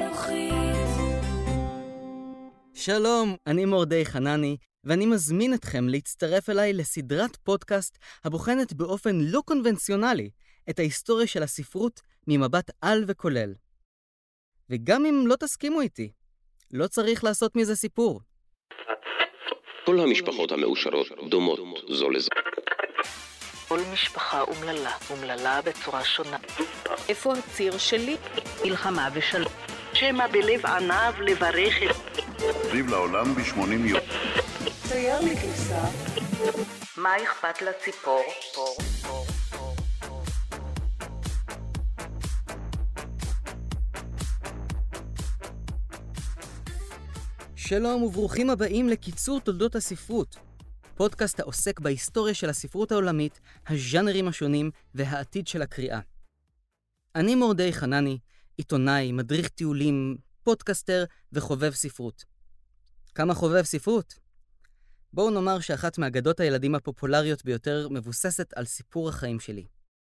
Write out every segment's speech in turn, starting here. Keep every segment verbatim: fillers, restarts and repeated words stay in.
חינוכית. שלום, אני מורדי חנני, ואני מזמין אתכם להצטרף אליי לסדרת פודקאסט הבוחנת באופן לא קונבנציונלי את ההיסטוריה של הספרות ממבט על וכולל. וגם אם לא תסכימו איתי, לא צריך לעשות מזה סיפור. כל המשפחות המאושרות דומות זו לזו. כל משפחה אומללה, אומללה בצורה שונה. איפה הציר שלי? מלחמה ושלום. שמא בלב עניו לברך את... סביב לעולם בשמונים יום. צייר מכיסה. מה אכפת לציפור? פור, פור, פור, פור. שלום וברוכים הבאים לקיצור תולדות הספרות, פודקאסט העוסק בהיסטוריה של הספרות העולמית, הז'אנרים השונים והעתיד של הקריאה. אני מורדי חנני, עיתונאי, מדריך טיולים, פודקאסטר וחובב ספרות. כמה חובב ספרות? בואו נאמר שאחת מאגדות הילדים הפופולריות ביותר מבוססת על סיפור החיים שלי.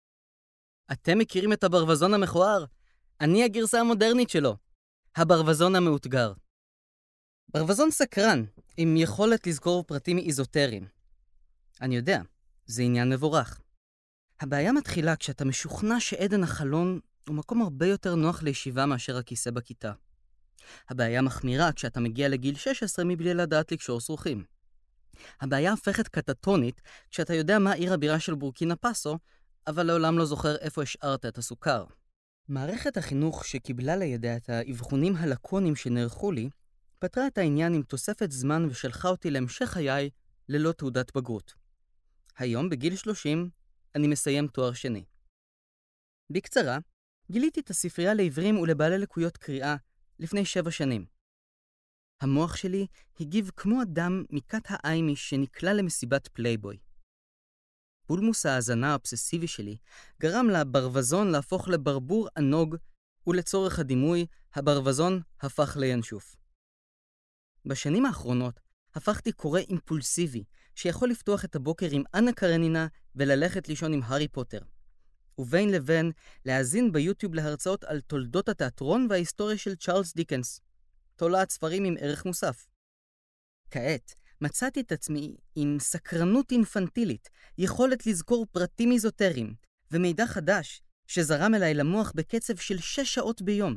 אתם מכירים את הברווזון המכוער? אני הגרסה המודרנית שלו, הברווזון המאותגר. ברווזון סקרן, עם יכולת לזכור פרטים איזוטריים. אני יודע, זה עניין מבורך. הבעיה מתחילה כשאתה משוכנע שעדן החלון הוא מקום הרבה יותר נוח לישיבה מאשר הכיסא בכיתה. הבעיה מחמירה כשאתה מגיע לגיל שש עשרה מבלי לדעת לקשור שרוכים. הבעיה הופכת קטטונית כשאתה יודע מה עיר הבירה של בורקינה פאסו, אבל לעולם לא זוכר איפה השארת את הסוכר. מערכת החינוך שקיבלה לידיה את האבחונים הלקונים שנערכו לי, פתרה את העניין עם תוספת זמן ושלחה אותי להמשך חיי ללא תעודת בגרות. היום, בגיל שלושים, אני מסיים תואר שני. בקצרה, גיליתי את הספרייה לעברים ולבעלי לקויות קריאה לפני שבע שנים. המוח שלי הגיב כמו אדם מכת האיימיש שנקלע למסיבת פלייבוי. בולמוס ההזנה האובססיבי שלי גרם לברווזון להפוך לברבור ענוג, ולצורך הדימוי, הברווזון הפך לינשוף. בשנים האחרונות הפכתי קורא אימפולסיבי שיכול לפתוח את הבוקר עם אנה קרנינה וללכת לישון עם הארי פוטר. ובין לבין להאזין ביוטיוב להרצאות על תולדות התיאטרון וההיסטוריה של צ'ארלס דיקנס. תולעת ספרים עם ערך מוסף. כעת מצאתי את עצמי עם סקרנות אינפנטילית, יכולת לזכור פרטים איזוטריים, ומידע חדש שזרם אליי למוח בקצב של שש שעות ביום.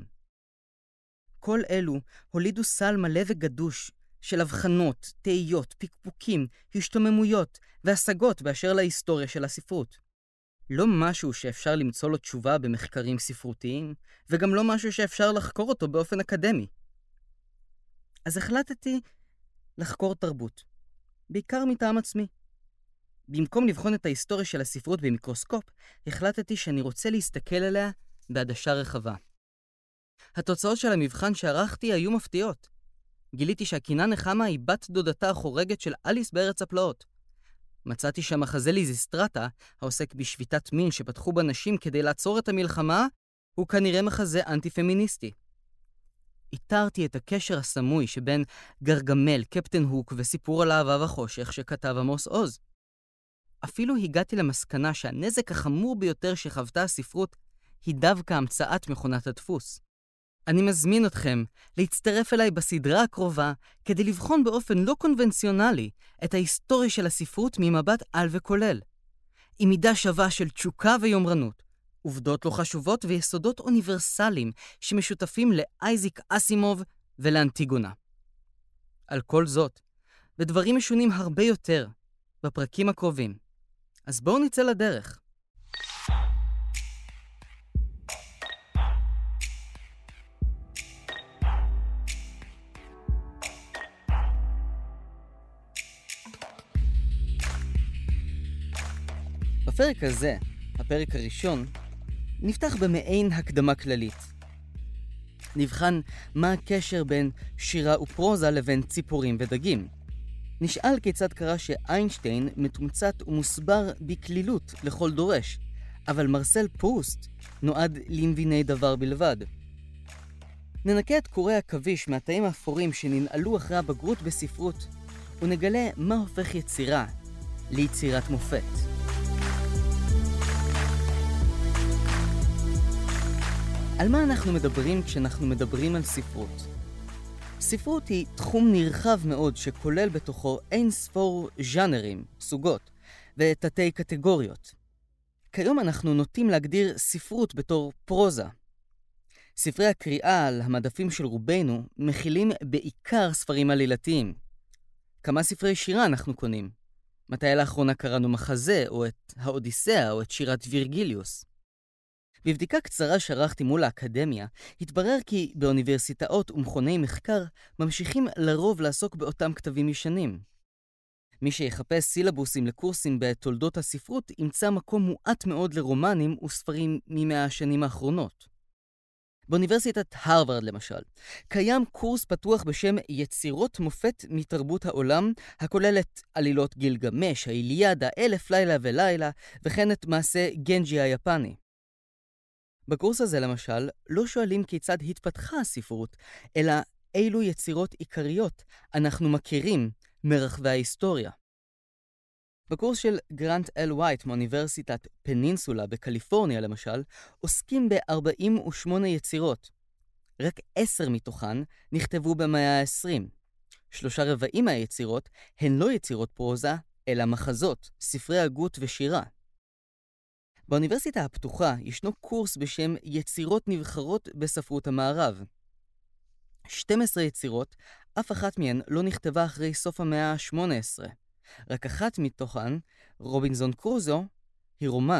כל אלו הולידו סל מלא וגדוש של הבחנות, תהיות, פיקפוקים, השתוממויות והשגות באשר להיסטוריה של הספרות. לא משהו שאפשר למצוא לו תשובה במחקרים ספרותיים, וגם לא משהו שאפשר לחקור אותו באופן אקדמי. אז החלטתי לחקור תרבות, בעיקר מטעם עצמי. במקום לבחון את ההיסטוריה של הספרות במיקרוסקופ, החלטתי שאני רוצה להסתכל עליה בעדשה רחבה. התוצאות של המבחן שערכתי היו מפתיעות. גיליתי שהקינה נחמה היא בת דודתה החורגת של אליס בארץ הפלאות. מצאתי שהמחזה ליזיסטרטה, העוסק בשביתת מין שפתחו בנשים כדי לעצור את המלחמה, הוא כנראה מחזה אנטי-פמיניסטי. איתרתי את הקשר הסמוי שבין גרגמל, קפטן הוק וסיפור על אהבה וחושך שכתב עמוס עוז. אפילו הגעתי למסקנה שהנזק החמור ביותר שחוותה הספרות היא דווקא המצאת מכונת הדפוס. אני מזמין אתכם להצטרף אליי בסדרה הקרובה כדי לבחון באופן לא קונבנציונלי את ההיסטוריה של הספרות ממבט על וכולל. עם מידה שווה של תשוקה ויומרנות, עובדות לא חשובות ויסודות אוניברסליים שמשותפים לאייזיק אסימוב ולאנטיגונה. על כל זאת, בדברים משונים הרבה יותר, בפרקים הקרובים. אז בואו נצא לדרך. בפרק הזה, הפרק הראשון, נפתח במעין הקדמה כללית. נבחן מה הקשר בין שירה ופרוזה לבין ציפורים ודגים. נשאל כיצד קרה שאיינשטיין מתומצת ומוסבר בכלילות לכל דורש, אבל מרסל פרוסט נועד למביני דבר בלבד. ננקה את קורי הכביש מהתאים האפורים שננעלו אחרי הבגרות בספרות, ונגלה מה הופך יצירה ליצירת מופת. על מה אנחנו מדברים כשאנחנו מדברים על ספרות? ספרות היא תחום נרחב מאוד שכולל בתוכו אין ספור ז'אנרים, סוגות, ותתי קטגוריות. כיום אנחנו נוטים להגדיר ספרות בתור פרוזה. ספרי הקריאה על המדפים של רובנו מכילים בעיקר ספרים עלילתיים. כמה ספרי שירה אנחנו קונים? מתי לאחרונה קראנו מחזה, או את האודיסאה, או את שירת וירגיליוס? בבדיקה קצרה שערכתי מול האקדמיה, התברר כי באוניברסיטאות ומכוני מחקר ממשיכים לרוב לעסוק באותם כתבים ישנים. מי שיחפש סילבוסים לקורסים בתולדות הספרות ימצא מקום מועט מאוד לרומנים וספרים ממאה השנים האחרונות. באוניברסיטת הרווארד למשל, קיים קורס פתוח בשם יצירות מופת מתרבות העולם, הכולל את עלילות גילגמש, האיליאדה, אלף לילה ולילה, וכן את מעשה גנג'י היפני. בקורס הזה למשל, לא שואלים כיצד התפתחה הספרות, אלא אילו יצירות עיקריות אנחנו מכירים מרחבי ההיסטוריה. בקורס של גרנט אל ווייט מאוניברסיטת פנינסולה בקליפורניה למשל, עוסקים ב-ארבעים ושמונה יצירות. רק עשר מתוכן נכתבו במאה ה-עשרים. שלושה רבעים מהיצירות הן לא יצירות פרוזה, אלא מחזות, ספרי הגות ושירה. באוניברסיטה הפתוחה ישנו קורס בשם יצירות נבחרות בספרות המערב. שתים עשרה יצירות, אף אחת מהן לא נכתבה אחרי סוף המאה ה-שמונה עשרה. רק אחת מתוכן, רובינזון קרוזו, היא רומן.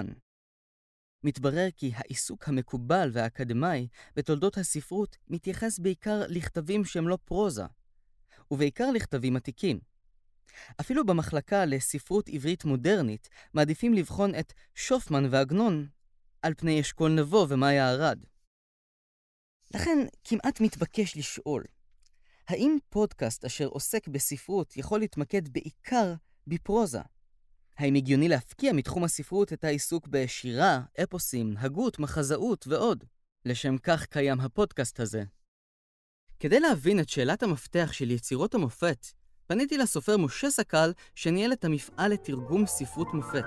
מתברר כי העיסוק המקובל והאקדמי בתולדות הספרות מתייחס בעיקר לכתבים שהם לא פרוזה, ובעיקר לכתבים עתיקים. אפילו במחלקה לספרות עברית מודרנית מעדיפים לבחון את שופמן ועגנון על פני אשכול נבו ומאיה ארד. לכן כמעט מתבקש לשאול, האם פודקאסט אשר עוסק בספרות יכול להתמקד בעיקר בפרוזה? האם הגיוני להפקיע מתחום הספרות את העיסוק בשירה, אפוסים, הגות, מחזאות ועוד? לשם כך קיים הפודקאסט הזה. כדי להבין את שאלת המפתח של יצירות המופת, פניתי לסופר משה סקל שניהל את המפעל לתרגום ספרות מופת.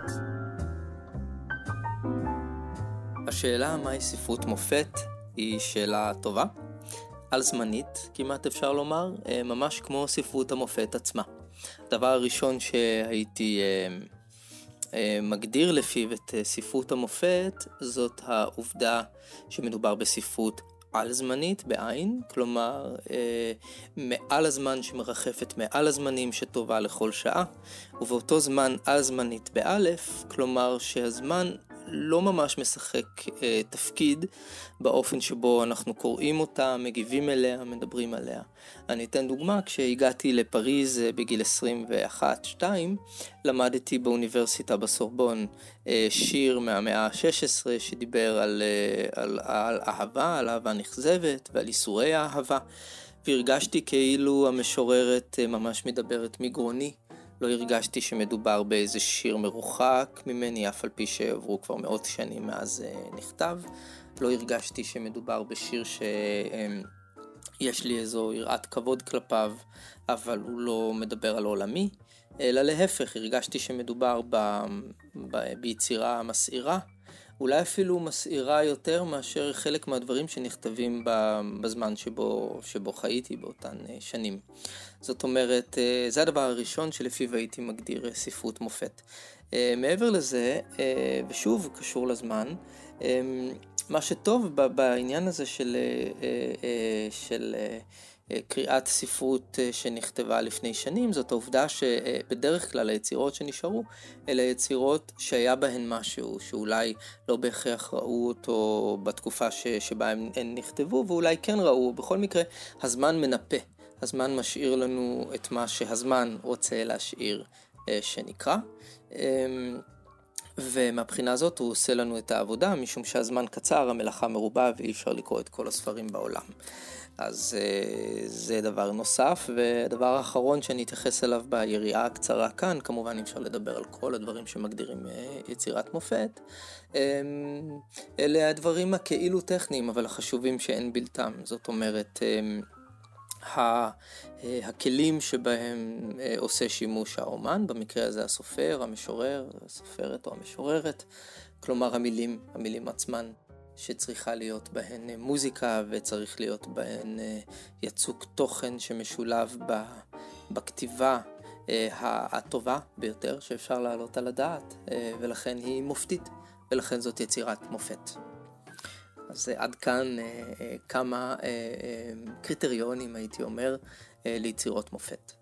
השאלה מהי ספרות מופת היא שאלה טובה, על זמנית, כמעט אפשר לומר, ממש כמו ספרות המופת עצמה. הדבר הראשון שהייתי מגדיר לפיו את ספרות המופת, זאת העובדה שמדובר בספרות על זמנית, בעין, כלומר מעל הזמן שמרחפת מעל הזמנים שטובה לכל שעה, ובאותו זמן על זמנית באלף, כלומר שהזמן לא ממש משחק אה, תפקיד באופן שבו אנחנו קוראים אותה, מגיבים אליה, מדברים עליה. אני אתן דוגמה, כשהגעתי לפריז אה, בגיל עשרים ואחת שתיים, למדתי באוניברסיטה בסורבון אה, שיר מהמאה ה-שש עשרה שדיבר על, אה, על, על אהבה, על אהבה נכזבת ועל איסורי האהבה, והרגשתי כאילו המשוררת אה, ממש מדברת מגרוני. לא הרגשתי שמדובר באיזה שיר מרוחק ממני, אף על פי שעברו כבר מאות שנים מאז uh, נכתב. לא הרגשתי שמדובר בשיר שיש לי איזו יראת כבוד כלפיו, אבל הוא לא מדבר על עולמי. אלא להפך, הרגשתי שמדובר ב... ב... ביצירה מסעירה, אולי אפילו מסעירה יותר מאשר חלק מהדברים שנכתבים בזמן שבו, שבו חייתי באותן שנים. זאת אומרת, זה הדבר הראשון שלפיו הייתי מגדיר ספרות מופת. מעבר לזה, ושוב קשור לזמן, מה שטוב בעניין הזה של, של קריאת ספרות שנכתבה לפני שנים, זאת העובדה שבדרך כלל היצירות שנשארו, אלה יצירות שהיה בהן משהו, שאולי לא בהכרח ראו אותו בתקופה שבה הן נכתבו, ואולי כן ראו. בכל מקרה, הזמן מנפה. הזמן משאיר לנו את מה שהזמן רוצה להשאיר שנקרא. ומהבחינה הזאת הוא עושה לנו את העבודה, משום שהזמן קצר, המלאכה מרובה, ואי אפשר לקרוא את כל הספרים בעולם. אז זה דבר נוסף, ודבר האחרון שאני אתייחס אליו ביריעה הקצרה כאן, כמובן אפשר לדבר על כל הדברים שמגדירים יצירת מופת. אלה הדברים הכאילו טכניים, אבל החשובים שאין בלתם. זאת אומרת, הכלים שבהם עושה שימוש האומן, במקרה הזה הסופר, המשורר, הסופרת או המשוררת, כלומר המילים, המילים עצמן שצריכה להיות בהן מוזיקה וצריך להיות בהן יצוק תוכן שמשולב בכתיבה הטובה ביותר שאפשר להעלות על הדעת, ולכן היא מופתית, ולכן זאת יצירת מופת. אז עד כאן כמה קריטריונים, הייתי אומר, ליצירות מופת.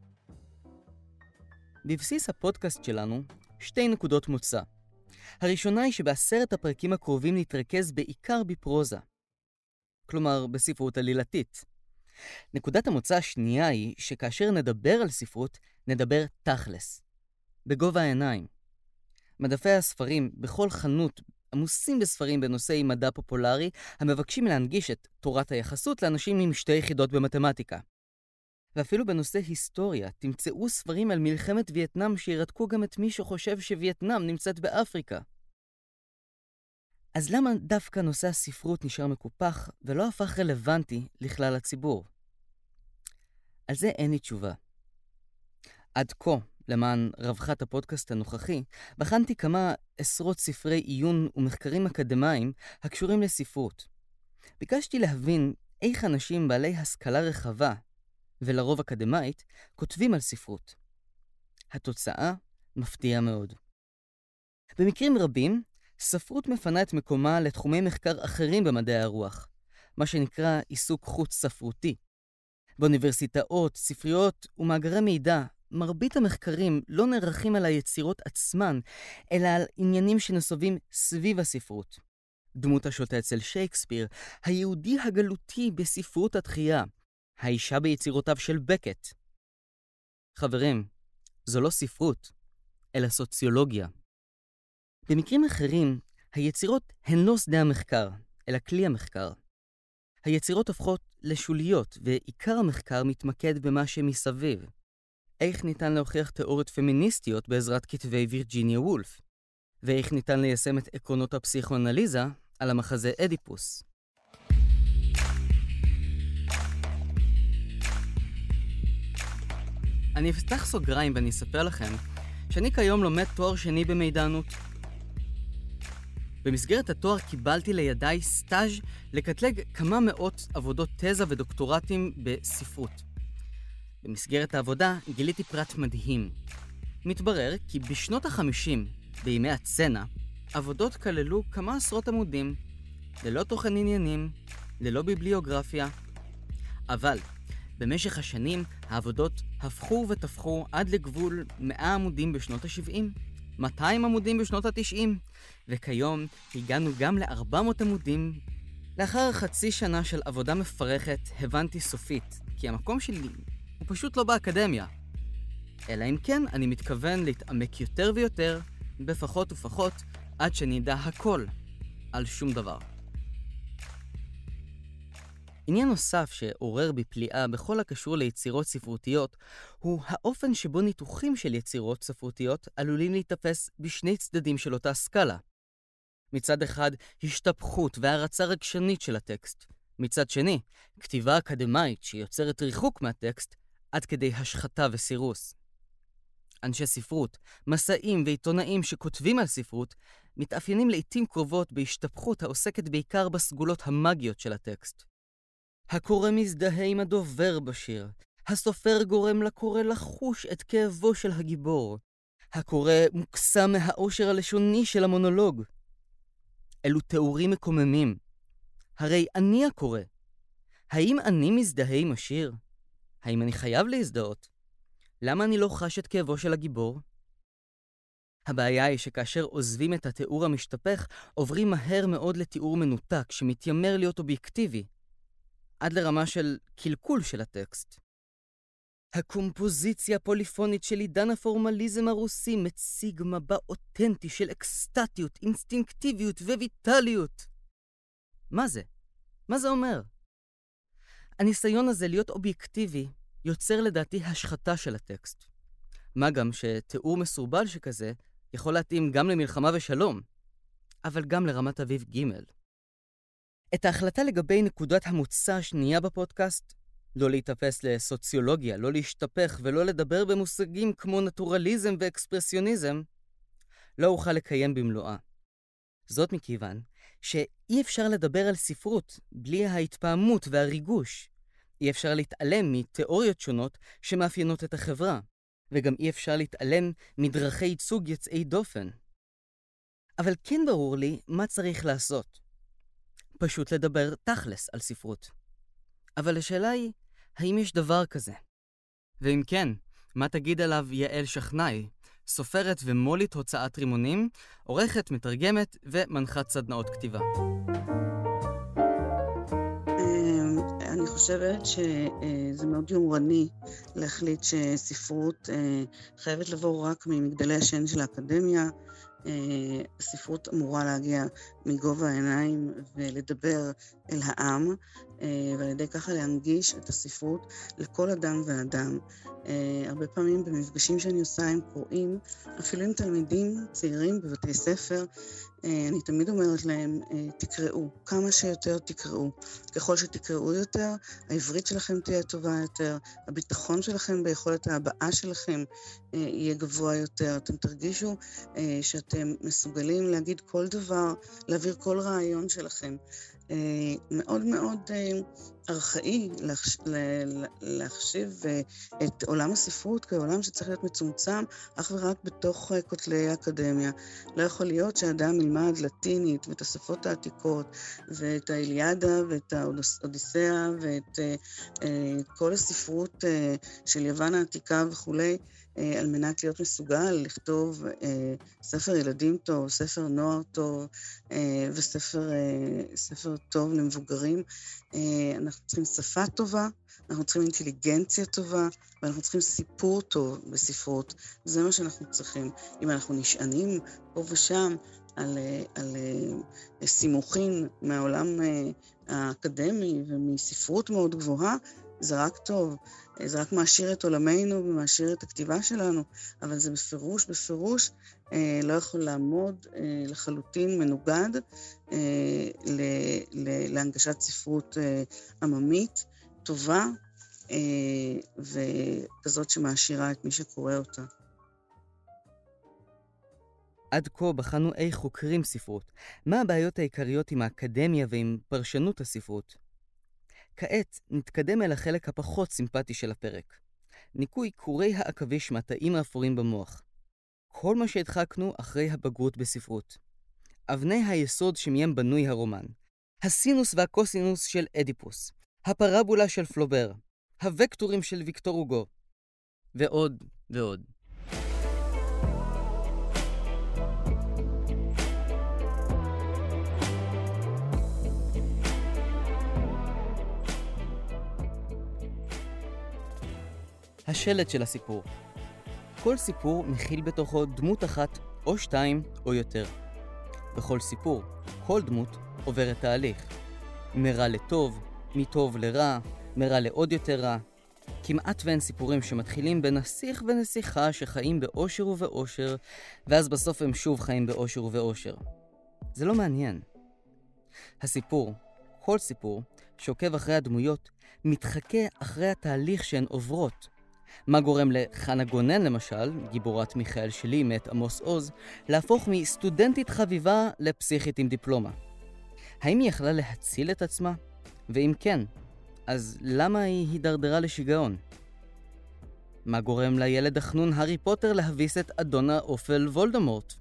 בבסיס הפודקאסט שלנו שתי נקודות מוצא. הראשונה היא שבעשרת הפרקים הקרובים נתרכז בעיקר בפרוזה, כלומר בספרות עלילתית. נקודת המוצא השנייה היא שכאשר נדבר על ספרות, נדבר תכלס, בגובה העיניים. מדפי הספרים בכל חנות עמוסים בספרים בנושאי מדע פופולרי המבקשים להנגיש את תורת היחסות לאנשים עם שתי יחידות במתמטיקה. ואפילו בנושא היסטוריה תמצאו ספרים על מלחמת וייטנאם שירתקו גם את מי שחושב שווייטנאם נמצאת באפריקה. אז למה דווקא נושא הספרות נשאר מקופח ולא הפך רלוונטי לכלל הציבור? על זה אין לי תשובה. עד כה, למען רווחת הפודקאסט הנוכחי, בחנתי כמה עשרות ספרי עיון ומחקרים אקדמיים הקשורים לספרות. ביקשתי להבין איך אנשים בעלי השכלה רחבה, ולרוב אקדמית, כותבים על ספרות. התוצאה מפתיעה מאוד. במקרים רבים, ספרות מפנה את מקומה לתחומי מחקר אחרים במדעי הרוח, מה שנקרא עיסוק חוץ ספרותי. באוניברסיטאות, ספריות ומאגרי מידע, מרבית המחקרים לא נערכים על היצירות עצמן, אלא על עניינים שנסובים סביב הספרות. דמות השוטה אצל שייקספיר, היהודי הגלותי בספרות התחייה, האישה ביצירותיו של בקט. חברים, זו לא ספרות, אלא סוציולוגיה. במקרים אחרים, היצירות הן לא שדה המחקר, אלא כלי המחקר. היצירות הופכות לשוליות, ועיקר המחקר מתמקד במה שמסביב. איך ניתן להוכיח תיאוריות פמיניסטיות בעזרת כתבי וירג'יניה וולף? ואיך ניתן ליישם את עקרונות הפסיכואנליזה על המחזה אדיפוס? אני אפתח סוגריים ואני אספר לכם שאני כיום לומד תואר שני במידענות. במסגרת התואר קיבלתי לידיי סטאז' לקטלג כמה מאות עבודות תזה ודוקטורטים בספרות. במסגרת העבודה גיליתי פרט מדהים. מתברר כי בשנות החמישים, בימי הצנע, עבודות כללו כמה עשרות עמודים, ללא תוכן עניינים, ללא ביבליוגרפיה. אבל במשך השנים העבודות הפכו ותפחו עד לגבול מאה עמודים בשנות ה-שבעים, מאתיים עמודים בשנות ה-תשעים, וכיום הגענו גם ל-ארבע מאות עמודים. לאחר חצי שנה של עבודה מפרכת הבנתי סופית, כי המקום שלי הוא פשוט לא באקדמיה. אלא אם כן אני מתכוון להתעמק יותר ויותר, בפחות ופחות, עד שנדע הכל על שום דבר. עניין נוסף שעורר בפליאה בכל הקשור ליצירות ספרותיות הוא האופן שבו ניתוחים של יצירות ספרותיות עלולים להתאפס בשני צדדים של אותה סקאלה. מצד אחד, השתפכות והרצה רגשנית של הטקסט. מצד שני, כתיבה אקדמית שיוצרת ריחוק מהטקסט עד כדי השחתה וסירוס. אנשי ספרות, מסעים ועיתונאים שכותבים על ספרות מתאפיינים לעתים קרובות בהשתפכות העוסקת בעיקר בסגולות המאגיות של הטקסט. הקורא מזדהה עם הדובר בשיר. הסופר גורם לקורא לחוש את כאבו של הגיבור. הקורא מוקסם מהאושר הלשוני של המונולוג. אלו תיאורים מקוממים. הרי אני הקורא. האם אני מזדהה עם השיר? האם אני חייב להזדהות? למה אני לא חש את כאבו של הגיבור? הבעיה היא שכאשר עוזבים את התיאור המשתפך, עוברים מהר מאוד לתיאור מנותק שמתיימר להיות אובייקטיבי. עד לרמה של קלקול של הטקסט. הקומפוזיציה הפוליפונית של עידן הפורמליזם הרוסי מציג מבע אותנטי של אקסטטיות, אינסטינקטיביות וויטליות. מה זה? מה זה אומר? הניסיון הזה להיות אובייקטיבי יוצר לדעתי השחתה של הטקסט. מה גם שתיאור מסורבל שכזה יכול להתאים גם למלחמה ושלום, אבל גם לרמת אביב ג'. את ההחלטה לגבי נקודת המוצא השנייה בפודקאסט, לא להתאפס לסוציולוגיה, לא להשתפך ולא לדבר במושגים כמו נטורליזם ואקספרסיוניזם, לא אוכל לקיים במלואה. זאת מכיוון שאי אי אפשר לדבר על ספרות בלי ההתפעמות והריגוש. אי אפשר להתעלם מתיאוריות שונות שמאפיינות את החברה, וגם אי אפשר להתעלם מדרכי ייצוג יוצאי דופן. אבל כן ברור לי מה צריך לעשות. פשוט לדבר תכלס על ספרות. אבל השאלה היא, האם יש דבר כזה? ואם כן, מה תגיד עליו יעל שכנאי, סופרת ומולית הוצאת רימונים, עורכת, מתרגמת ומנחת סדנאות כתיבה? אני חושבת שזה מאוד יומרני להחליט שספרות חייבת לבוא רק ממגדלי השן של האקדמיה. הספרות אמורה להגיע מגובה העיניים ולדבר אל העם, ועל ידי ככה להנגיש את הספרות לכל אדם ואדם. הרבה פעמים במפגשים שאני עושה עם קוראים, אפילו עם תלמידים צעירים בבתי ספר, אני תמיד אומרת להם, תקראו, כמה שיותר תקראו. ככל שתקראו יותר, העברית שלכם תהיה טובה יותר, הביטחון שלכם ביכולת ההבעה שלכם יהיה גבוה יותר. אתם תרגישו שאתם מסוגלים להגיד כל דבר, להעביר כל רעיון שלכם. מאוד מאוד ארכאי להחשיב את עולם הספרות כעולם שצריך להיות מצומצם אך ורק בתוך כותלי האקדמיה. לא יכול להיות שאדם ילמד לטינית ואת השפות העתיקות ואת האיליאדה ואת האודיסאה ואת כל הספרות של יוון העתיקה וכולי, על מנת להיות מסוגל לכתוב ספר ילדים טוב, ספר נוער טוב וספר ספר טוב למבוגרים. אנחנו צריכים שפה טובה, אנחנו צריכים אינטליגנציה טובה, ואנחנו צריכים סיפור טוב בספרות. זה מה שאנחנו צריכים. אם אנחנו נשענים פה ושם על, על סימוכין מהעולם האקדמי ומספרות מאוד גבוהה, זה רק טוב. זה רק מעשיר את עולמנו ומעשיר את הכתיבה שלנו, אבל זה בפירוש, בפירוש לא יכול לעמוד לחלוטין מנוגד להנגשת ספרות עממית, טובה, וכזאת שמעשירה את מי שקורא אותה. עד כה בחנו איך חוקרים ספרות, מה הבעיות העיקריות עם האקדמיה ועם פרשנות הספרות. כעת נתקדם אל החלק הפחות סימפטי של הפרק. ניקוי קורי העכביש מהתאים האפורים במוח. כל מה שהדחקנו אחרי הבגרות בספרות. אבני היסוד שמיים בנוי הרומן. הסינוס והקוסינוס של אדיפוס. הפרבולה של פלובר. הוקטורים של ויקטור הוגו. ועוד ועוד. השלט של הסיפור. כל סיפור מכיל בתוכו דמות אחת או שתיים או יותר. בכל סיפור, כל דמות עוברת תהליך. מרע לטוב, מטוב לרע, מרע לעוד יותר רע. כמעט ואין סיפורים שמתחילים בנסיך ונסיכה שחיים באושר ובאושר, ואז בסוף הם שוב חיים באושר ובאושר. זה לא מעניין. הסיפור, כל סיפור, שעוקב אחרי הדמויות, מתחכה אחרי התהליך שהן עוברות. מה גורם לחנה גונן למשל, גיבורת מיכאל שלי מאת עמוס עוז, להפוך מסטודנטית חביבה לפסיכית עם דיפלומה? האם היא יכלה להציל את עצמה? ואם כן, אז למה היא הידרדרה לשיגעון? מה גורם לילד החנון הארי פוטר להביס את אדון האופל וולדמורט?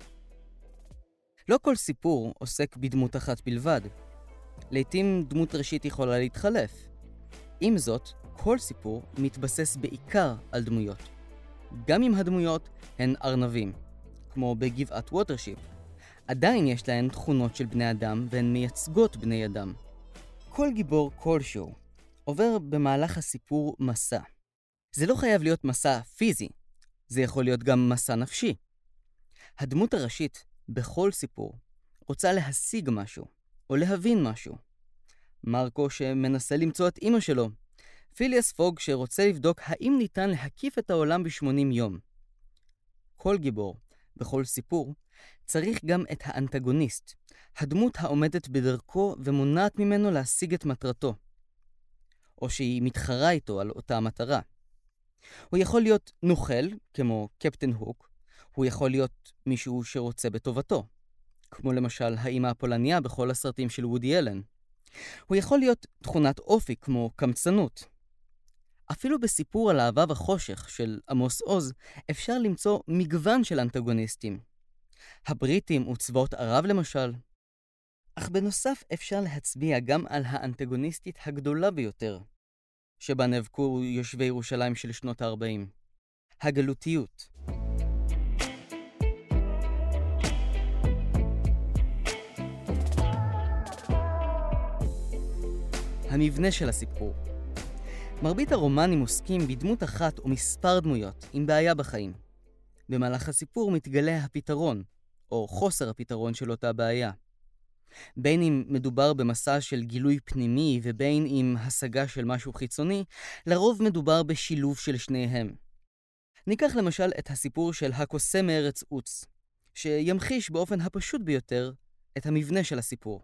לא כל סיפור עוסק בדמות אחת בלבד. לעתים דמות ראשית יכולה להתחלף. עם זאת, כל סיפור מתבסס בעיקר על דמויות. גם אם הדמויות הן ארנבים, כמו בגבעת ווטרשיפ, עדיין יש להן תכונות של בני אדם והן מייצגות בני אדם. כל גיבור כלשהו עובר במהלך הסיפור מסע. זה לא חייב להיות מסע פיזי, זה יכול להיות גם מסע נפשי. הדמות הראשית בכל סיפור רוצה להשיג משהו או להבין משהו. מרקו שמנסה למצוא את אמא שלו, פיליאס פוג שרוצה לבדוק האם ניתן להקיף את העולם ב-שמונים יום. כל גיבור, בכל סיפור, צריך גם את האנטגוניסט, הדמות העומדת בדרכו ומונעת ממנו להשיג את מטרתו, או שהיא מתחרה איתו על אותה מטרה. הוא יכול להיות נוכל, כמו קפטן הוק, הוא יכול להיות מישהו שרוצה בטובתו. כמו למשל האמא הפולניה בכל הסרטים של וודי אלן. הוא יכול להיות תכונת אופי כמו קמצנות. אפילו בסיפור על אהבה וחושך של עמוס עוז אפשר למצוא מגוון של אנטגוניסטים. הבריטים וצבאות ערב למשל. אך בנוסף אפשר להצביע גם על האנטגוניסטית הגדולה ביותר, שבה נאבקו יושבי ירושלים של שנות ה-ארבעים. הגלותיות. המבנה של הסיפור. מרבית הרומנים עוסקים בדמות אחת או מספר דמויות עם בעיה בחיים. במהלך הסיפור מתגלה הפתרון, או חוסר הפתרון של אותה בעיה. בין אם מדובר במסע של גילוי פנימי ובין אם השגה של משהו חיצוני, לרוב מדובר בשילוב של שניהם. ניקח למשל את הסיפור של הקוסם מארץ עוץ, שימחיש באופן הפשוט ביותר את המבנה של הסיפור.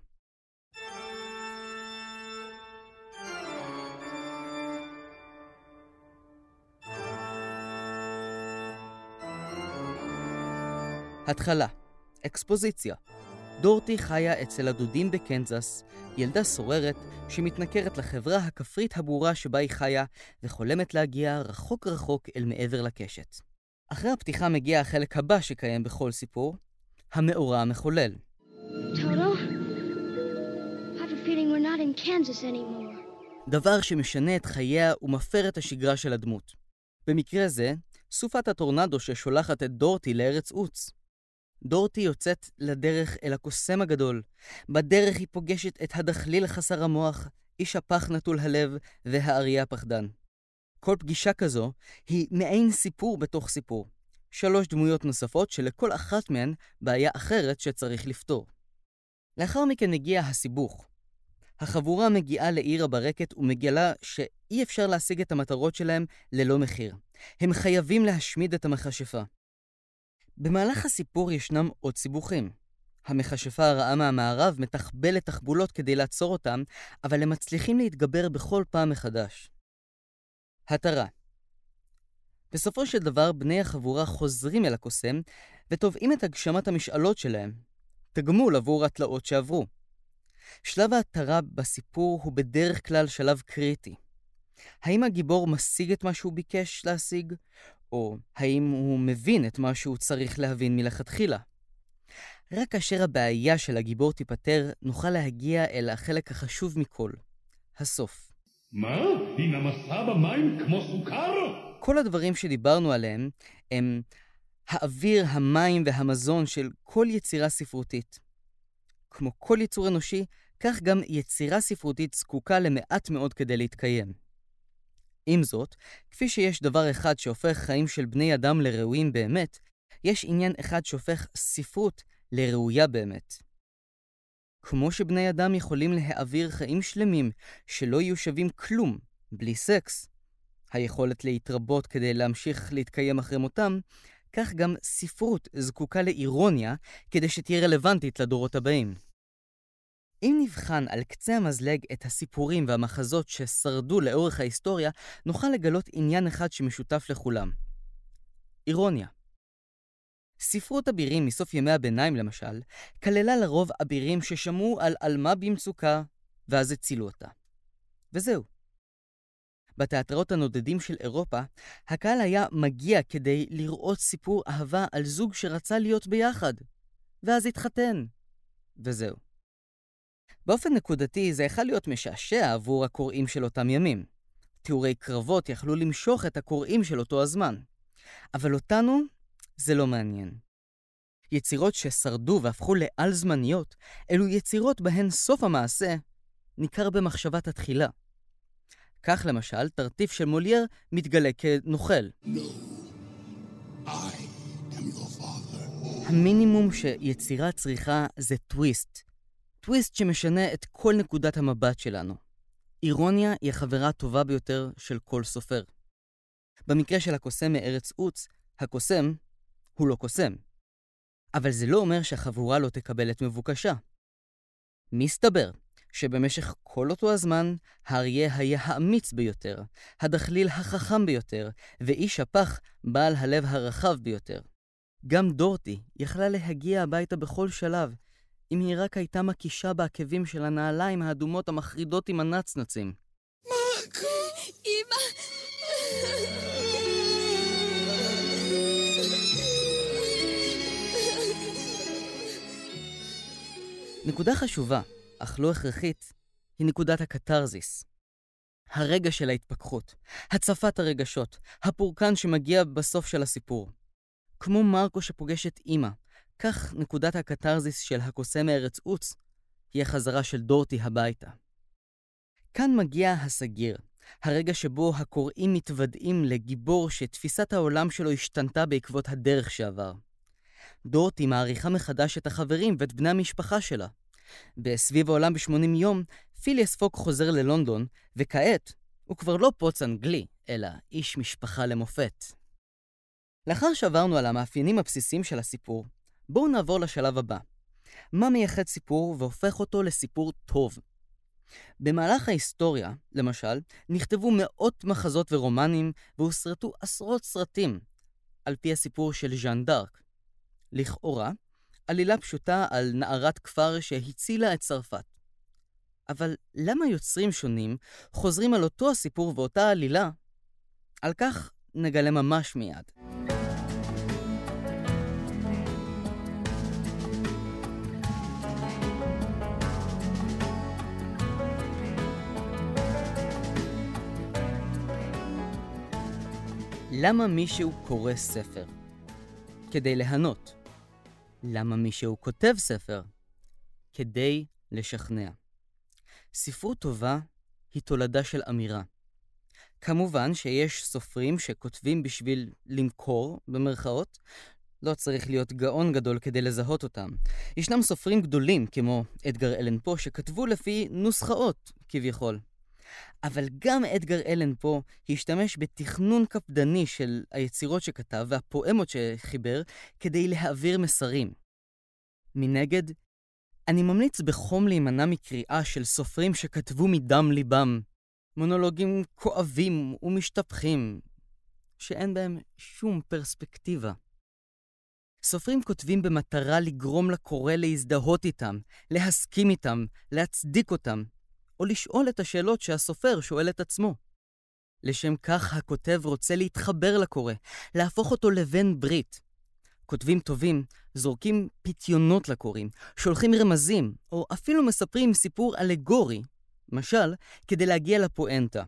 התחלה, אקספוזיציה. דורטי חיה אצל הדודים בקנזס, ילדה סוררת שמתנכרת לחברה הכפרית הברורה שבה היא חיה וחולמת להגיע רחוק רחוק אל מעבר לקשת. אחרי הפתיחה מגיע החלק הבא שקיים בכל סיפור, המאורע המחולל. Toto, I have a feeling we're not in Kansas anymore. דבר שמשנה את חייה ומפר את השגרה של הדמות. במקרה זה, סופת הטורנדו ששולחת את דורטי לארץ עוץ. דורטי יוצאת לדרך אל הקוסם הגדול. בדרך היא פוגשת את הדחליל חסר המוח, איש הפח נטול הלב והאריה הפחדן. כל פגישה כזו היא מעין סיפור בתוך סיפור. שלוש דמויות נוספות שלכל אחת מהן בעיה אחרת שצריך לפתור. לאחר מכן מגיע הסיבוך. החבורה מגיעה לעיר הברקת ומגלה שאי אפשר להשיג את המטרות שלהם ללא מחיר. הם חייבים להשמיד את המכשפה. במהלך הסיפור ישנם עוד סיבוכים. המכשפה הרעה מהמערב מתחבלת תחבולות כדי לעצור אותם, אבל הם מצליחים להתגבר בכל פעם מחדש. התרה. בסופו של דבר בני החבורה חוזרים אל הקוסם ותובעים את הגשמת המשאלות שלהם, תגמול עבור התלאות שעברו. שלב ההתרה בסיפור הוא בדרך כלל שלב קריטי. האם הגיבור משיג את מה שהוא ביקש להשיג, או האם הוא מבין את מה שהוא צריך להבין מלכתחילה? רק כאשר הבעיה של הגיבור תיפטר, נוכל להגיע אל החלק החשוב מכל, הסוף. מה? היא נמסה במים כמו סוכר? כל הדברים שדיברנו עליהם הם האוויר, המים והמזון של כל יצירה ספרותית. כמו כל יצור אנושי, כך גם יצירה ספרותית זקוקה למעט מאוד כדי להתקיים. עם זאת, כפי שיש דבר אחד שהופך חיים של בני אדם לראויים באמת, יש עניין אחד שהופך ספרות לראויה באמת. כמו שבני אדם יכולים להעביר חיים שלמים שלא יהיו שווים כלום, בלי סקס, היכולת להתרבות כדי להמשיך להתקיים אחרי מותם, כך גם ספרות זקוקה לאירוניה כדי שתהיה רלוונטית לדורות הבאים. אם נבחן על קצה המזלג את הסיפורים והמחזות ששרדו לאורך ההיסטוריה, נוכל לגלות עניין אחד שמשותף לכולם. אירוניה. ספרות אבירים מסוף ימי הביניים למשל, כללה לרוב אבירים ששמעו על אלמה במצוקה, ואז הצילו אותה. וזהו. בתיאטראות הנודדים של אירופה, הקהל היה מגיע כדי לראות סיפור אהבה על זוג שרצה להיות ביחד, ואז התחתן. וזהו. באופן נקודתי זה יכול להיות משעשע עבור הקוראים של אותם ימים. תיאורי קרבות יכלו למשוך את הקוראים של אותו הזמן. אבל אותנו זה לא מעניין. יצירות ששרדו והפכו לעל זמניות, אלו יצירות בהן סוף המעשה ניכר במחשבת התחילה. כך למשל, תרטיף של מולייר מתגלה כנוכל. No, I am your father. המינימום שיצירה צריכה זה טוויסט. טוויסט שמשנה את כל נקודת המבט שלנו. אירוניה היא החברה הטובה ביותר של כל סופר. במקרה של הקוסם מארץ עוץ, הקוסם הוא לא קוסם. אבל זה לא אומר שהחבורה לא תקבל את מבוקשה. מסתבר שבמשך כל אותו הזמן, האריה היה האמיץ ביותר, הדחליל החכם ביותר, ואיש הפח בעל הלב הרחב ביותר. גם דורטי יכלה להגיע הביתה בכל שלב, אם היא רק הייתה מקישה בעקבים של הנעליים האדומות המחרידות עם הנצנצים. מרקו! אמא! נקודה חשובה, אך לא הכרחית, היא נקודת הקתרזיס. הרגע של ההתפכחות, הצפת הרגשות, הפורקן שמגיע בסוף של הסיפור. כמו מרקו שפוגש את אמא, כך נקודת הקתרזיס של הקוסם מארץ עוץ היא החזרה של דורטי הביתה. כאן מגיע הסגיר, הרגע שבו הקוראים מתוודעים לגיבור שתפיסת העולם שלו השתנתה בעקבות הדרך שעבר. דורטי מעריכה מחדש את החברים ואת בני המשפחה שלה. בסביב העולם ב-שמונים יום, פיליאס פוק חוזר ללונדון, וכעת הוא כבר לא פוץ אנגלי, אלא איש משפחה למופת. לאחר שעברנו על המאפיינים הבסיסיים של הסיפור, בואו נעבור לשלב הבא. מה מייחד סיפור והופך אותו לסיפור טוב? במהלך ההיסטוריה, למשל, נכתבו מאות מחזות ורומנים והוסרטו עשרות סרטים, על פי הסיפור של ז'אן דארק. לכאורה, עלילה פשוטה על נערת כפר שהצילה את צרפת. אבל למה יוצרים שונים חוזרים על אותו הסיפור ואותה עלילה? על כך נגלה ממש מיד. למה מישהו קורא ספר? כדי ליהנות. למה מישהו כותב ספר? כדי לשכנע. ספרות טובה היא תולדה של אמירה. כמובן שיש סופרים שכותבים בשביל למכור, במרכאות. לא צריך להיות גאון גדול כדי לזהות אותם. ישנם סופרים גדולים כמו אדגר אלן פה שכתבו לפי נוסחאות כביכול. אבל גם אדגר אלן פה השתמש בתכנון קפדני של היצירות שכתב והפואמות שחיבר כדי להעביר מסרים. מנגד, אני ממליץ בחום להימנע מקריאה של סופרים שכתבו מדם ליבם, מונולוגים כואבים ומשתפכים, שאין בהם שום פרספקטיבה. סופרים כותבים במטרה לגרום לקורא להזדהות איתם, להסכים איתם, להצדיק אותם, או לשאול את השאלות שהסופר שואל את עצמו. לשם כך הכותב רוצה להתחבר לקורא, להפוך אותו לבן ברית. כותבים טובים זורקים פיתיונות לקוראים, שולחים רמזים, או אפילו מספרים סיפור אלגורי, משל, כדי להגיע לפואנטה.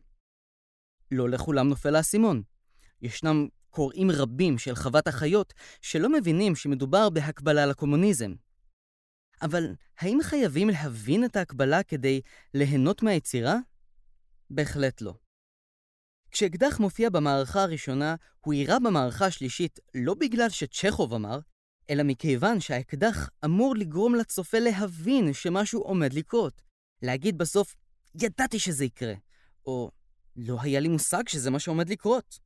לא לכולם נופל האסימון. ישנם קוראים רבים של חוות החיות שלא מבינים שמדובר בהקבלה לקומוניזם. אבל האם חייבים להבין את ההקבלה כדי ליהנות מהיצירה? בהחלט לא. כשאקדח מופיע במערכה הראשונה, הוא יירה במערכה השלישית לא בגלל שצ'כוב אמר, אלא מכיוון שהאקדח אמור לגרום לצופה להבין שמשהו עומד לקרות. להגיד בסוף, ידעתי שזה יקרה, או לא היה לי מושג שזה מה שעומד לקרות.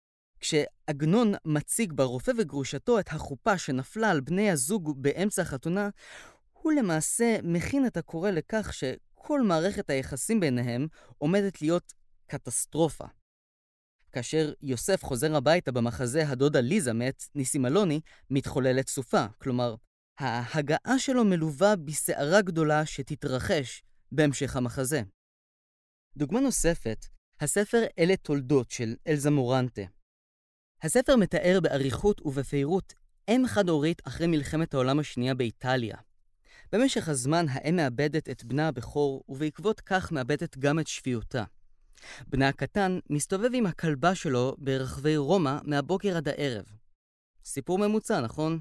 כשעגנון מציג ברופא וגרושתו את החופה שנפלה על בני הזוג באמצע החתונה, הוא למעשה מכין את הקורא לכך שכל מערכת היחסים ביניהם עומדת להיות קטסטרופה. כאשר יוסף חוזר הביתה במחזה הדודה ליזה מאת ניסים אלוני, מתחוללת סופה, כלומר, ההגעה שלו מלווה בסערה גדולה שתתרחש בהמשך המחזה. דוגמה נוספת, הספר אלה תולדות של אלזה מורנטה. הספר מתאר באריכות ובפירוט אם חד-הורית אחרי מלחמת העולם השנייה באיטליה. במשך הזמן האם מאבדת את בנה הבכור, ובעקבות כך מאבדת גם את שפיותה. בנה הקטן מסתובב עם הכלבה שלו ברחבי רומא מהבוקר עד הערב. סיפור ממוצע, נכון?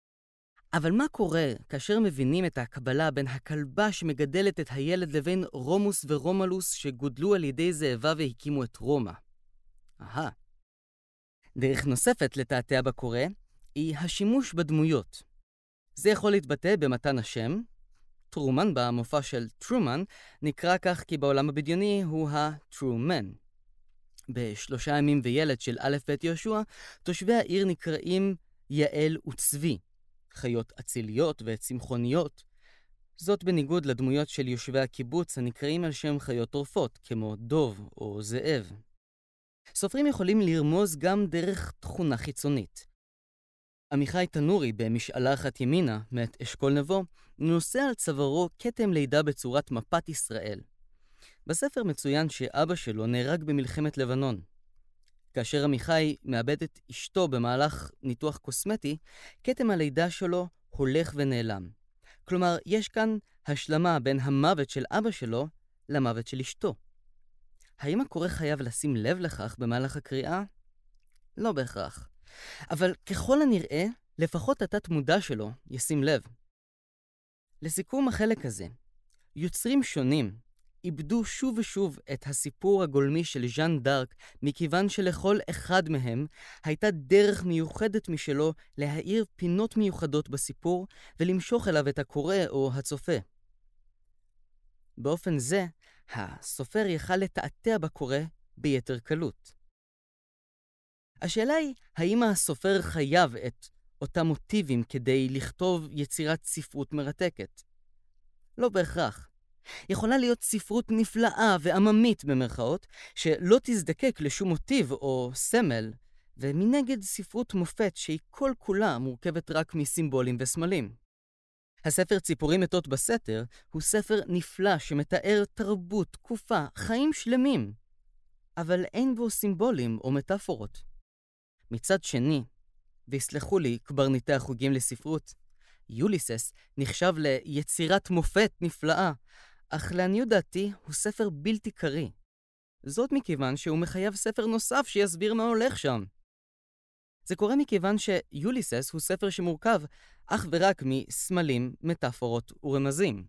אבל מה קורה כאשר מבינים את ההקבלה בין הכלבה שמגדלת את הילד לבין רומוס ורומלוס שגודלו על ידי זאבה והקימו את רומא? אהה. דרך נוספת לתעתע בקורא היא השימוש בדמויות. זה יכול להתבטא במתן השם. טרומן במופע של טרומן נקרא כך כי בעולם הבדיוני הוא ה-Truman. בשלושה ימים וילד של א' ב' יהושע, תושבי העיר נקראים יעל וצבי, חיות אציליות וצמחוניות. זאת בניגוד לדמויות של יושבי הקיבוץ הנקראים על שם חיות טורפות, כמו דוב או זאב. סופרים יכולים לרמוז גם דרך תכונה חיצונית. עמיחי תנורי במשאלה אחת ימינה, מאת אשכול נבו, נושא על צווארו כתם לידה בצורת מפת ישראל. בספר מצוין שאבא שלו נהרג במלחמת לבנון. כאשר עמיחי מאבד את אשתו במהלך ניתוח קוסמטי, כתם הלידה שלו הולך ונעלם. כלומר, יש כאן השלמה בין המוות של אבא שלו למוות של אשתו. האם הקורא חייב לשים לב לכך במהלך הקריאה? לא בהכרח. אבל ככל הנראה, לפחות התת מודע שלו ישים לב. לסיכום החלק הזה, יוצרים שונים איבדו שוב ושוב את הסיפור הגולמי של ז'אן דארק, מכיוון שלכל אחד מהם הייתה דרך מיוחדת משלו להאיר פינות מיוחדות בסיפור ולמשוך אליו את הקורא או הצופה. באופן זה, הסופר יכל לתעתע בקורא ביתר קלות. השאלה היא, האם הסופר חייב את אותם מוטיבים כדי לכתוב יצירת ספרות מרתקת? לא בהכרח. יכולה להיות ספרות נפלאה ועממית במרכאות, שלא תזדקק לשום מוטיב או סמל, ומנגד ספרות מופת שהיא כל כולה מורכבת רק מסימבולים וסמלים. הספר ציפורים מתות בסתר הוא ספר נפלא שמתאר תרבות, תקופה, חיים שלמים, אבל אין בו סימבולים או מטאפורות. מצד שני, ויסלחו לי קברניטי החוגים לספרות, יוליסס נחשב ליצירת מופת נפלאה, אך לעניות דעתי הוא ספר בלתי קרי. זאת מכיוון שהוא מחייב ספר נוסף שיסביר מה הולך שם. זה קורה מכיוון שיוליסס הוא ספר שמורכב אך ורק מסמלים, מטאפורות ורמזים.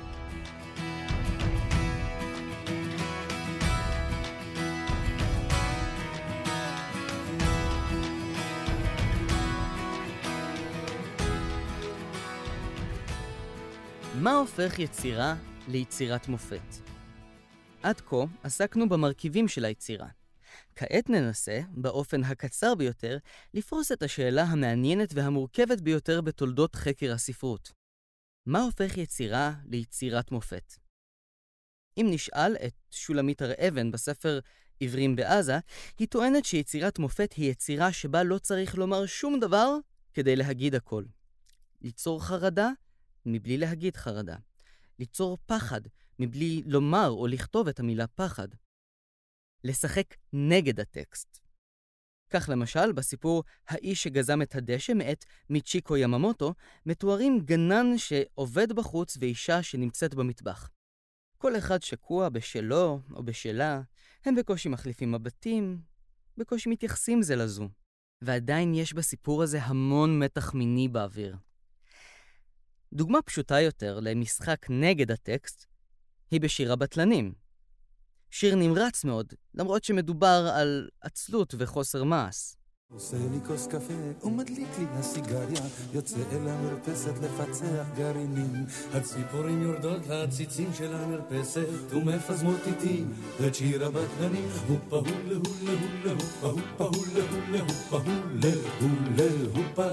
מה הופך יצירה ליצירת מופת? עד כה עסקנו במרכיבים של היצירה. כעת ננסה, באופן הקצר ביותר, לפרוס את השאלה המעניינת והמורכבת ביותר בתולדות חקר הספרות. מה הופך יצירה ליצירת מופת? אם נשאל את שולמית הר אבן בספר עברים בעזה, היא טוענת שיצירת מופת היא יצירה שבה לא צריך לומר שום דבר כדי להגיד הכל. ליצור חרדה מבלי להגיד חרדה. ליצור פחד מבלי לומר או לכתוב את המילה פחד. לשחק נגד הטקסט. כך למשל, בסיפור האיש שגזם את הדשא מאת מיצ'יקו יממוטו, מתוארים גנן שעובד בחוץ ואישה שנמצאת במטבח. כל אחד שקוע בשלו או בשלה, הם בקושי מחליפים מבטים, בקושי מתייחסים זה לזו. ועדיין יש בסיפור הזה המון מתח מיני באוויר. דוגמה פשוטה יותר למשחק נגד הטקסט היא בשיר הבטלנים. שיר נמרץ מאוד, למרות שמדובר על עצלות וחוסר מעש. עושה לי כוס קפה ומדליק לי הסיגריה, יוצא אל המרפסת לפצח גרעינים, הציפורים יורדות להציצים של המרפסת ומפזמות איתי את שיר הבטלנים. הופה הולה הולה הולה הופה הופה הולה הולה הופה הולה הולה הופה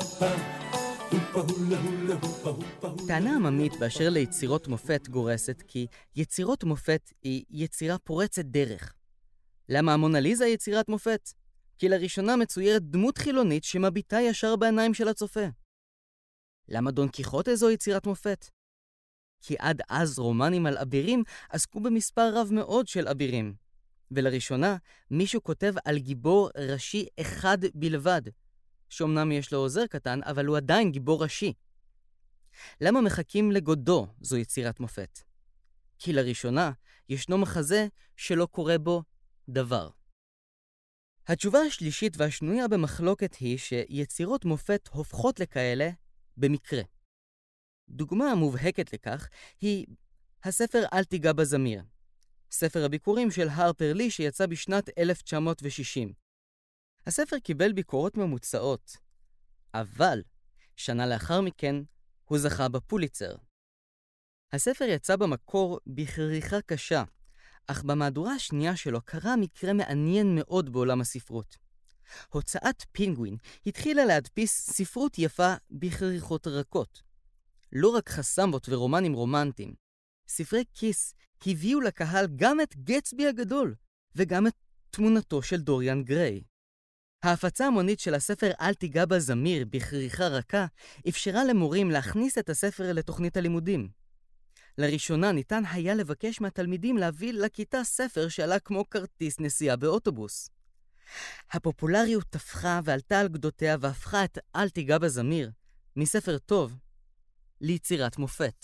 הופה. טענה עממית באשר ליצירות מופת גורסת כי יצירות מופת היא יצירה פורצת דרך. למה המונליזה היא יצירת מופת? כי לראשונה מצוירת דמות חילונית שמביטה ישר בעיניים של הצופה. למה דון קיחוטה זו יצירת מופת? כי עד אז רומנים על אבירים עסקו במספר רב מאוד של אבירים. ולראשונה מישהו כותב על גיבור ראשי אחד בלבד, שאומנם יש לו עוזר קטן, אבל הוא עדיין גיבור ראשי. למה מחכים לגודו זו יצירת מופת? כי לראשונה ישנו מחזה שלא קורה בו דבר. התשובה השלישית והשנויה במחלוקת היא שיצירות מופת הופכות לכאלה במקרה. דוגמה המובהקת לכך היא הספר אל תיגע בזמיר, ספר הביקורים של הרפר לי שיצא בשנת אלף תשע מאות ושישים. הספר קיבל ביקורות ממוצעות, אבל שנה לאחר מכן הוא זכה בפוליצר. הספר יצא במקור בכריכה קשה, אך במהדורה השנייה שלו קרה מקרה מעניין מאוד בעולם הספרות. הוצאת פינגווין התחילה להדפיס ספרות יפה בכריכות רכות. לא רק חסמבות ורומנים רומנטיים. ספרי כיס הביאו לקהל גם את גטסבי הגדול, וגם את תמונתו של דוריאן גריי. ההפצה המונית של הספר אל תיגע בזמיר בכריכה רכה אפשרה למורים להכניס את הספר לתוכנית הלימודים. לראשונה ניתן היה לבקש מהתלמידים להביא לכיתה ספר שעלה כמו כרטיס נסיעה באוטובוס. הפופולריות תפחה ועלתה על גדותיה והפכה את אל תיגע בזמיר מספר טוב ליצירת מופת.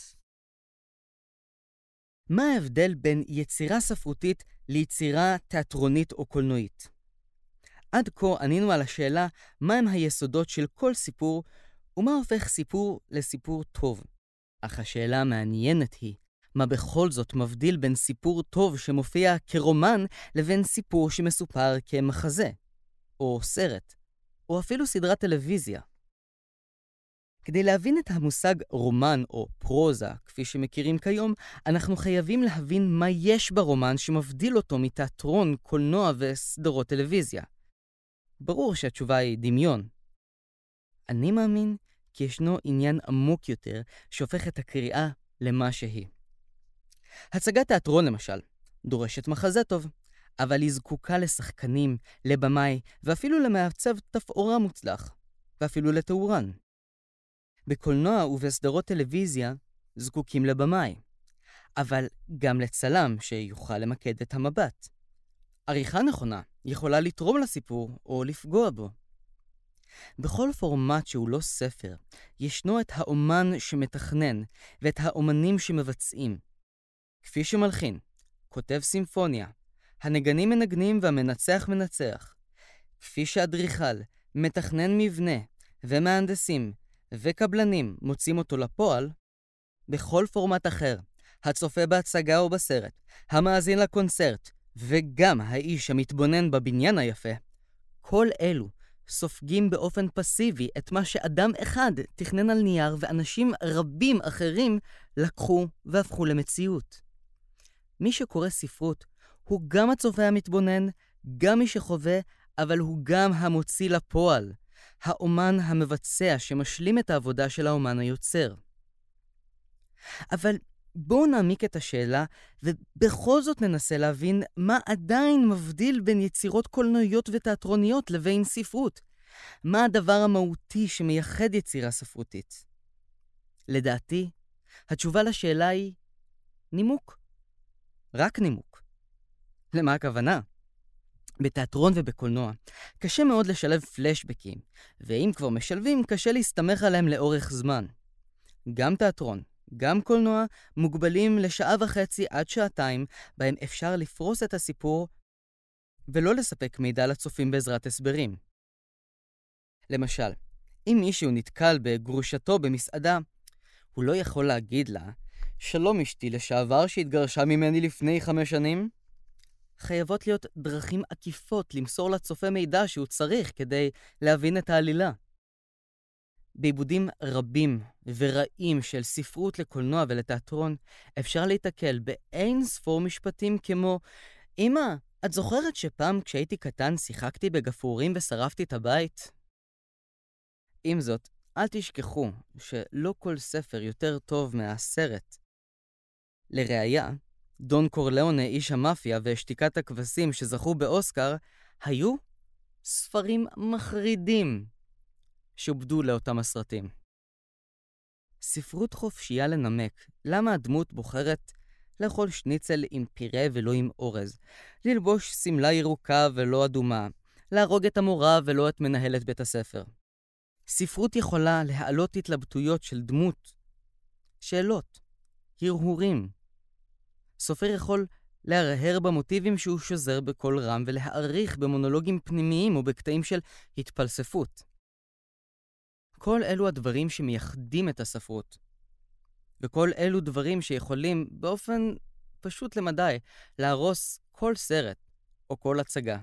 מה ההבדל בין יצירה ספרותית ליצירה תיאטרונית או קולנועית? עד כה ענינו על השאלה מהם היסודות של כל סיפור ומה הופך סיפור לסיפור טוב. אך השאלה המעניינת היא, מה בכל זאת מבדיל בין סיפור טוב שמופיע כרומן לבין סיפור שמסופר כמחזה, או סרט, או אפילו סדרת טלוויזיה. כדי להבין את המושג רומן או פרוזה, כפי שמכירים כיום, אנחנו חייבים להבין מה יש ברומן שמבדיל אותו מתיאטרון, קולנוע וסדרות טלוויזיה. ברור שהתשובה היא דמיון. אני מאמין כי ישנו עניין עמוק יותר שהופך את הקריאה למה שהיא. הצגת תיאטרון למשל דורשת מחזה טוב, אבל היא זקוקה לשחקנים, לבמאי ואפילו למעצב תפאורה מוצלח, ואפילו לתאורן. בקולנוע ובסדרות טלוויזיה זקוקים לבמאי, אבל גם לצלם שיוכל למקד את המבט. עריכה נכונה יכולה לתרום לסיפור או לפגוע בו. בכל פורמט שהוא לא ספר, ישנו את האומן שמתכנן ואת האומנים שמבצעים. כפי שמלחין, כותב סימפוניה, הנגנים מנגנים והמנצח מנצח. כפי שאדריכל, מתכנן מבנה ומהנדסים וקבלנים מוצאים אותו לפועל, בכל פורמט אחר, הצופה בהצגה או בסרט, המאזין לקונצרט וגם האיש המתבונן בבניין היפה, כל אלו סופגים באופן פסיבי את מה שאדם אחד תכנן על נייר ואנשים רבים אחרים לקחו והפכו למציאות. מי שקורא ספרות הוא גם הצופה המתבונן, גם מי שחווה, אבל הוא גם המוציא לפועל, האומן המבצע שמשלים את העבודה של האומן היוצר. אבל בואו נעמיק את השאלה ובכל זאת ננסה להבין מה עדיין מבדיל בין יצירות קולנועיות ותיאטרוניות לבין ספרות. מה הדבר המהותי שמייחד יצירה ספרותית? לדעתי, התשובה לשאלה היא נימוק. רק נימוק. למה הכוונה? בתיאטרון ובקולנוע קשה מאוד לשלב פלשבקים, ואם כבר משלבים קשה להסתמך עליהם לאורך זמן. גם תיאטרון, גם קולנוע מוגבלים לשעה וחצי עד שעתיים, בהם אפשר לפרוס את הסיפור ולא לספק מידע לצופים בעזרת הסברים. למשל, אם מישהו נתקל בגרושתו במסעדה, הוא לא יכול להגיד לה, שלום אשתי לשעבר שהתגרשה ממני לפני חמש שנים. חייבות להיות דרכים עקיפות למסור לצופה מידע שהוא צריך כדי להבין את העלילה. בעיבודים רבים ורעים של ספרות לקולנוע ולתיאטרון אפשר להתקל באין ספור משפטים כמו אמא, את זוכרת שפעם כשהייתי קטן שיחקתי בגפרורים ושרפתי את הבית? עם זאת, אל תשכחו שלא כל ספר יותר טוב מהסרט. לראיה, דון קורליאונה, איש המאפיה ושתיקת הכבשים שזכו באוסקר, היו ספרים מחרידים שעובדו לאותם הסרטים. ספרות חופשייה לנמק, למה הדמות בוחרת לאכול שניצל עם פירה ולא עם אורז, ללבוש סמלה ירוקה ולא אדומה, להרוג את המורה ולא את מנהלת בית הספר. ספרות יכולה להעלות התלבטויות של דמות, שאלות, הרהורים. סופר יכול להרהר במוטיבים שהוא שוזר בקול רם ולהעריך במונולוגים פנימיים ובקטעים של התפלספות. כל אלו הדברים שמייחדים את הספרות, וכל אלו דברים שיכולים באופן פשוט למדי להרוס כל סרט או כל הצגה.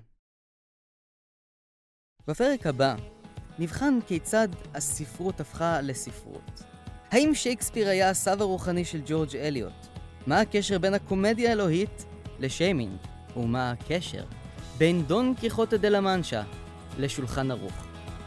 בפרק הבא נבחן כיצד הספרות הפכה לספרות. האם שייקספיר היה הסב הרוחני של ג'ורג' אליוט? מה הקשר בין הקומדיה האלוהית לשיימינג? ומה הקשר בין דון קיחוטה דה לה מנצ'ה לשולחן ערוך?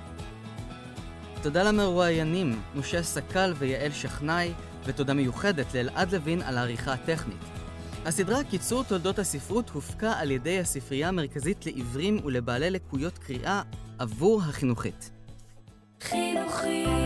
תודה למרואיינים משה סקל ויעל שכנאי, ותודה מיוחדת לאלעד לוין על העריכה הטכנית. הסדרה קיצור תולדות הספרות הופקה על ידי הספרייה המרכזית לעיוורים ולבעלי לקויות קריאה עבור החינוכית. חינוכית